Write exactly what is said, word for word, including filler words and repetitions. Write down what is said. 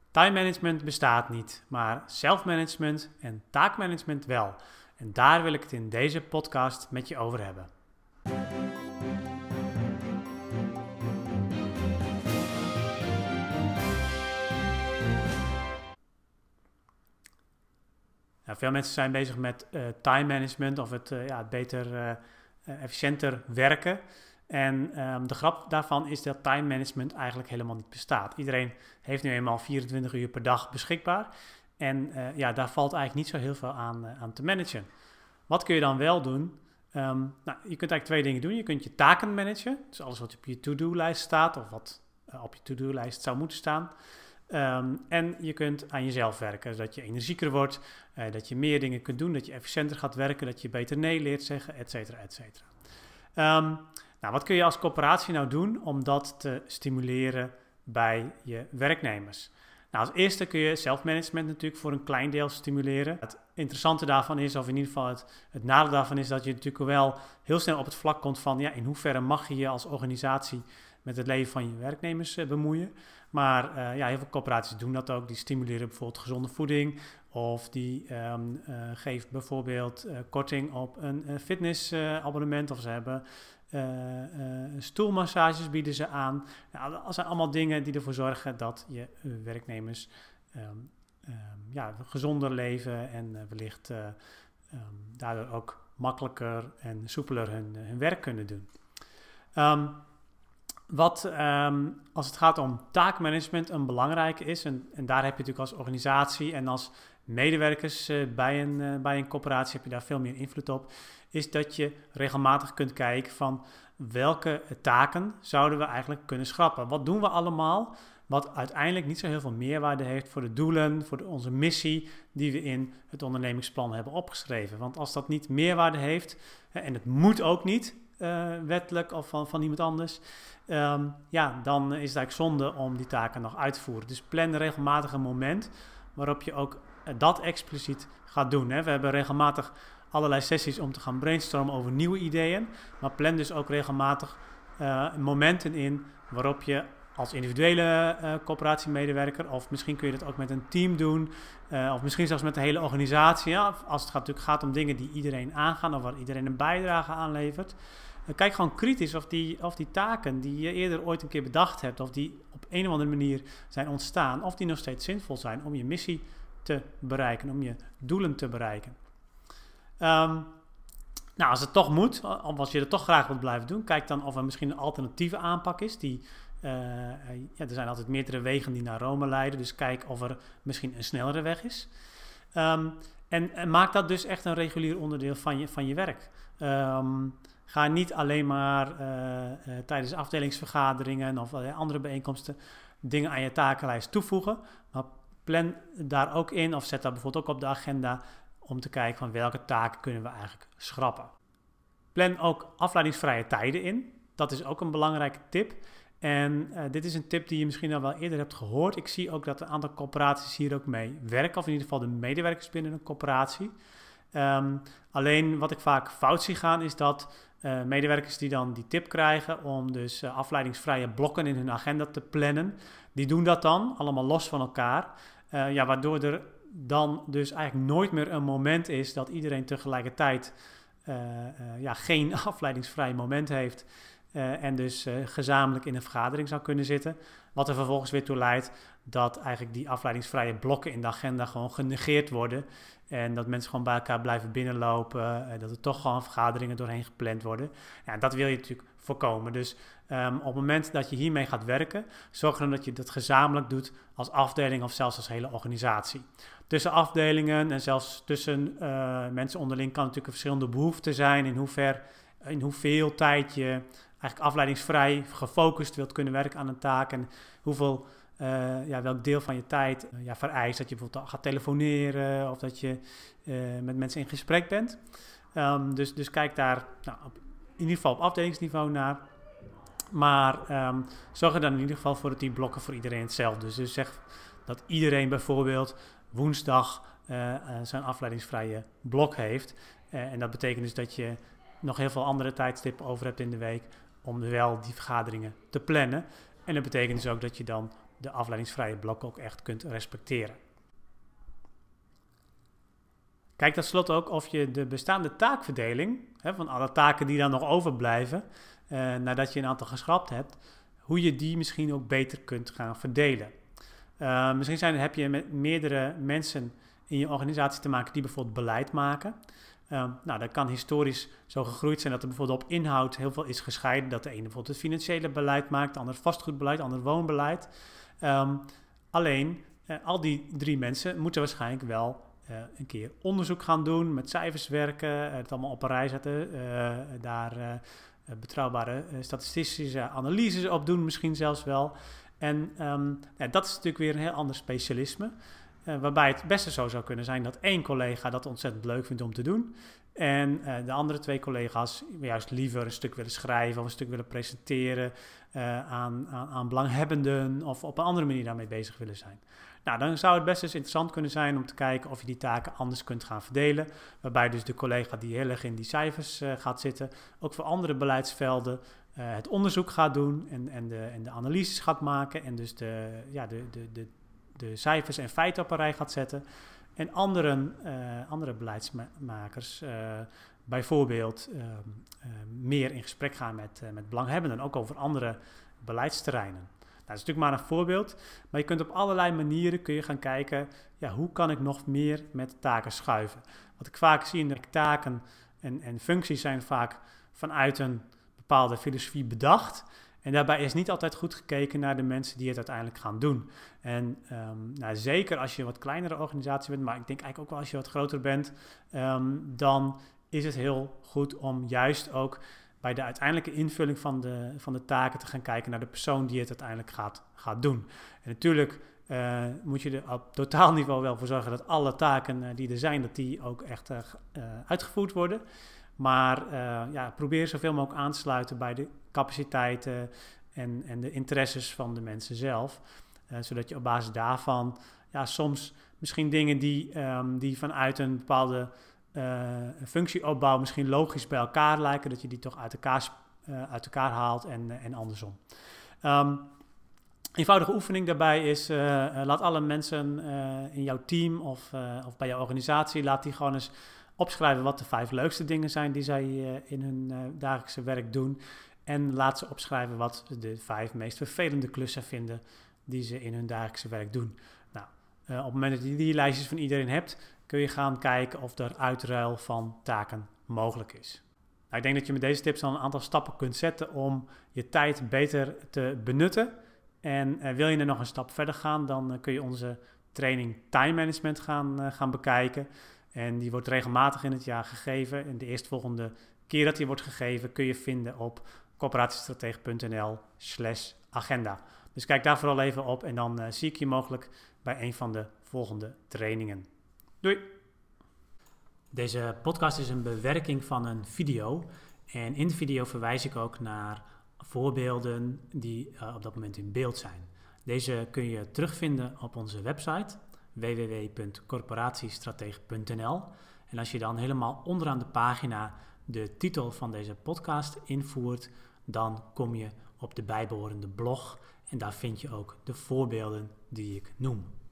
Time management bestaat niet, maar zelfmanagement en taakmanagement wel. En daar wil ik het in deze podcast met je over hebben. Nou, veel mensen zijn bezig met uh, time management of het, uh, ja, het beter, uh, uh, efficiënter werken. En um, de grap daarvan is dat time management eigenlijk helemaal niet bestaat. Iedereen heeft nu eenmaal vierentwintig uur per dag beschikbaar. En uh, ja, daar valt eigenlijk niet zo heel veel aan, uh, aan te managen. Wat kun je dan wel doen? Um, nou, je kunt eigenlijk twee dingen doen. Je kunt je taken managen. Dus alles wat op je to-do-lijst staat of wat uh, op je to-do-lijst zou moeten staan. Um, en je kunt aan jezelf werken, zodat je energieker wordt, uh, dat je meer dingen kunt doen, dat je efficiënter gaat werken, dat je beter nee leert zeggen, et cetera, et cetera. Um, nou, wat kun je als corporatie nou doen om dat te stimuleren bij je werknemers? Nou, als eerste kun je zelfmanagement natuurlijk voor een klein deel stimuleren. Het interessante daarvan is, of in ieder geval het, het nadeel daarvan is, dat je natuurlijk wel heel snel op het vlak komt van, ja, in hoeverre mag je je als organisatie met het leven van je werknemers uh, bemoeien. Maar uh, ja, heel veel corporaties doen dat ook. Die stimuleren bijvoorbeeld gezonde voeding. Of die um, uh, geven bijvoorbeeld uh, korting op een uh, fitnessabonnement. Uh, of ze hebben uh, uh, stoelmassages bieden ze aan. Nou, dat zijn allemaal dingen die ervoor zorgen dat je uh, werknemers um, um, ja, gezonder leven. En uh, wellicht uh, um, daardoor ook makkelijker en soepeler hun, hun werk kunnen doen. Um, Wat um, als het gaat om taakmanagement een belangrijke is, en, en daar heb je natuurlijk als organisatie en als medewerkers uh, bij, een, uh, bij een corporatie heb je daar veel meer invloed op, is dat je regelmatig kunt kijken van welke taken zouden we eigenlijk kunnen schrappen. Wat doen we allemaal wat uiteindelijk niet zo heel veel meerwaarde heeft voor de doelen, voor de, onze missie die we in het ondernemingsplan hebben opgeschreven. Want als dat niet meerwaarde heeft, en het moet ook niet, Uh, wettelijk of van, van iemand anders, um, ja, dan is het eigenlijk zonde om die taken nog uit te voeren. Dus plan regelmatig een moment waarop je ook uh, dat expliciet gaat doen. Hè. We hebben regelmatig allerlei sessies om te gaan brainstormen over nieuwe ideeën, maar plan dus ook regelmatig uh, momenten in waarop je als individuele uh, coöperatiemedewerker, of misschien kun je dat ook met een team doen, uh, of misschien zelfs met de hele organisatie, ja, als het gaat, natuurlijk gaat om dingen die iedereen aangaan of waar iedereen een bijdrage aan levert. Uh, kijk gewoon kritisch of die, of die taken die je eerder ooit een keer bedacht hebt, of die op een of andere manier zijn ontstaan, of die nog steeds zinvol zijn om je missie te bereiken, om je doelen te bereiken. Um, nou, als het toch moet, of als je het toch graag wilt blijven doen, kijk dan of er misschien een alternatieve aanpak is die Uh, ja, er zijn altijd meerdere wegen die naar Rome leiden, dus kijk of er misschien een snellere weg is. Um, en, en maak dat dus echt een regulier onderdeel van je, van je werk. Um, ga niet alleen maar uh, uh, tijdens afdelingsvergaderingen of uh, andere bijeenkomsten dingen aan je takenlijst toevoegen, maar plan daar ook in of zet dat bijvoorbeeld ook op de agenda om te kijken van welke taken kunnen we eigenlijk schrappen. Plan ook afleidingsvrije tijden in. Dat is ook een belangrijke tip. En uh, dit is een tip die je misschien al wel eerder hebt gehoord. Ik zie ook dat een aantal corporaties hier ook mee werken, of in ieder geval de medewerkers binnen een corporatie. Um, alleen wat ik vaak fout zie gaan is dat uh, medewerkers die dan die tip krijgen om dus uh, afleidingsvrije blokken in hun agenda te plannen, die doen dat dan allemaal los van elkaar. Uh, ja, waardoor er dan dus eigenlijk nooit meer een moment is dat iedereen tegelijkertijd uh, uh, ja, geen afleidingsvrij moment heeft. Uh, en dus uh, gezamenlijk in een vergadering zou kunnen zitten. Wat er vervolgens weer toe leidt dat eigenlijk die afleidingsvrije blokken in de agenda gewoon genegeerd worden. En dat mensen gewoon bij elkaar blijven binnenlopen. Uh, dat er toch gewoon vergaderingen doorheen gepland worden. Ja, dat wil je natuurlijk voorkomen. Dus um, op het moment dat je hiermee gaat werken, zorg dan dat je dat gezamenlijk doet als afdeling of zelfs als hele organisatie. Tussen afdelingen en zelfs tussen uh, mensen onderling kan natuurlijk verschillende behoeften zijn. In hoever, in hoeveel tijd je eigenlijk afleidingsvrij gefocust wilt kunnen werken aan een taak en hoeveel, uh, ja, welk deel van je tijd uh, ja, vereist dat je bijvoorbeeld gaat telefoneren of dat je uh, met mensen in gesprek bent. Um, dus, dus kijk daar nou, op, in ieder geval op afdelingsniveau naar. Maar um, zorg er dan in ieder geval voor dat die blokken voor iedereen hetzelfde. Dus, dus zeg dat iedereen bijvoorbeeld woensdag uh, uh, zijn afleidingsvrije blok heeft. Uh, en dat betekent dus dat je nog heel veel andere tijdstippen over hebt in de week om wel die vergaderingen te plannen. En dat betekent dus ook dat je dan de afleidingsvrije blokken ook echt kunt respecteren. Kijk tenslotte ook of je de bestaande taakverdeling, hè, van alle taken die dan nog overblijven, uh, nadat je een aantal geschrapt hebt, hoe je die misschien ook beter kunt gaan verdelen. Uh, misschien zijn, heb je met meerdere mensen in je organisatie te maken die bijvoorbeeld beleid maken. Uh, nou, dat kan historisch zo gegroeid zijn dat er bijvoorbeeld op inhoud heel veel is gescheiden. Dat de ene bijvoorbeeld het financiële beleid maakt, de ander vastgoedbeleid, de ander woonbeleid. Um, alleen, uh, al die drie mensen moeten waarschijnlijk wel uh, een keer onderzoek gaan doen, met cijfers werken, uh, het allemaal op een rij zetten, uh, daar uh, betrouwbare uh, statistische analyses op doen misschien zelfs wel. En um, ja, dat is natuurlijk weer een heel ander specialisme. Uh, waarbij het beste zo zou kunnen zijn dat één collega dat ontzettend leuk vindt om te doen. En uh, de andere twee collega's juist liever een stuk willen schrijven of een stuk willen presenteren uh, aan, aan, aan belanghebbenden of op een andere manier daarmee bezig willen zijn. Nou, dan zou het best eens interessant kunnen zijn om te kijken of je die taken anders kunt gaan verdelen. Waarbij dus de collega die heel erg in die cijfers uh, gaat zitten, ook voor andere beleidsvelden uh, het onderzoek gaat doen en, en, de, en de analyses gaat maken en dus de, ja, de, de, de, de cijfers en feiten op een rij gaat zetten. En anderen, uh, andere beleidsmakers uh, bijvoorbeeld uh, uh, meer in gesprek gaan met, uh, met belanghebbenden, ook over andere beleidsterreinen. Nou, dat is natuurlijk maar een voorbeeld, maar je kunt op allerlei manieren kun je gaan kijken, ja, hoe kan ik nog meer met taken schuiven? Wat ik vaak zie in de taken en, en functies zijn vaak vanuit een bepaalde filosofie bedacht. En daarbij is niet altijd goed gekeken naar de mensen die het uiteindelijk gaan doen. En um, nou, zeker als je een wat kleinere organisatie bent, maar ik denk eigenlijk ook wel als je wat groter bent, um, dan is het heel goed om juist ook bij de uiteindelijke invulling van de, van de taken te gaan kijken naar de persoon die het uiteindelijk gaat, gaat doen. En natuurlijk uh, moet je er op totaal niveau wel voor zorgen dat alle taken uh, die er zijn, dat die ook echt uh, uh, uitgevoerd worden. Maar uh, ja, probeer zoveel mogelijk aan te sluiten bij de capaciteiten en, en de interesses van de mensen zelf. Uh, zodat je op basis daarvan ja, soms misschien dingen die, um, die vanuit een bepaalde uh, functieopbouw misschien logisch bij elkaar lijken, dat je die toch uit elkaar, uh, uit elkaar haalt en, uh, en andersom. Um, eenvoudige oefening daarbij is, uh, uh, laat alle mensen uh, in jouw team of, uh, of bij jouw organisatie, laat die gewoon eens opschrijven wat de vijf leukste dingen zijn die zij uh, in hun uh, dagelijkse werk doen. En laat ze opschrijven wat de vijf meest vervelende klussen vinden die ze in hun dagelijkse werk doen. Nou, uh, op het moment dat je die lijstjes van iedereen hebt, kun je gaan kijken of er uitruil van taken mogelijk is. Nou, ik denk dat je met deze tips al een aantal stappen kunt zetten om je tijd beter te benutten. En uh, wil je er nog een stap verder gaan, dan uh, kun je onze training Time Management gaan, uh, gaan bekijken. En die wordt regelmatig in het jaar gegeven. En de eerstvolgende keer dat die wordt gegeven kun je vinden op coöperatiestratege.nl slash agenda. Dus kijk daar vooral even op en dan uh, zie ik je mogelijk bij een van de volgende trainingen. Doei! Deze podcast is een bewerking van een video. En in de video verwijs ik ook naar voorbeelden die uh, op dat moment in beeld zijn. Deze kun je terugvinden op onze website w w w punt coöperatiestratege punt n l. En als je dan helemaal onderaan de pagina de titel van deze podcast invoert, dan kom je op de bijbehorende blog en daar vind je ook de voorbeelden die ik noem.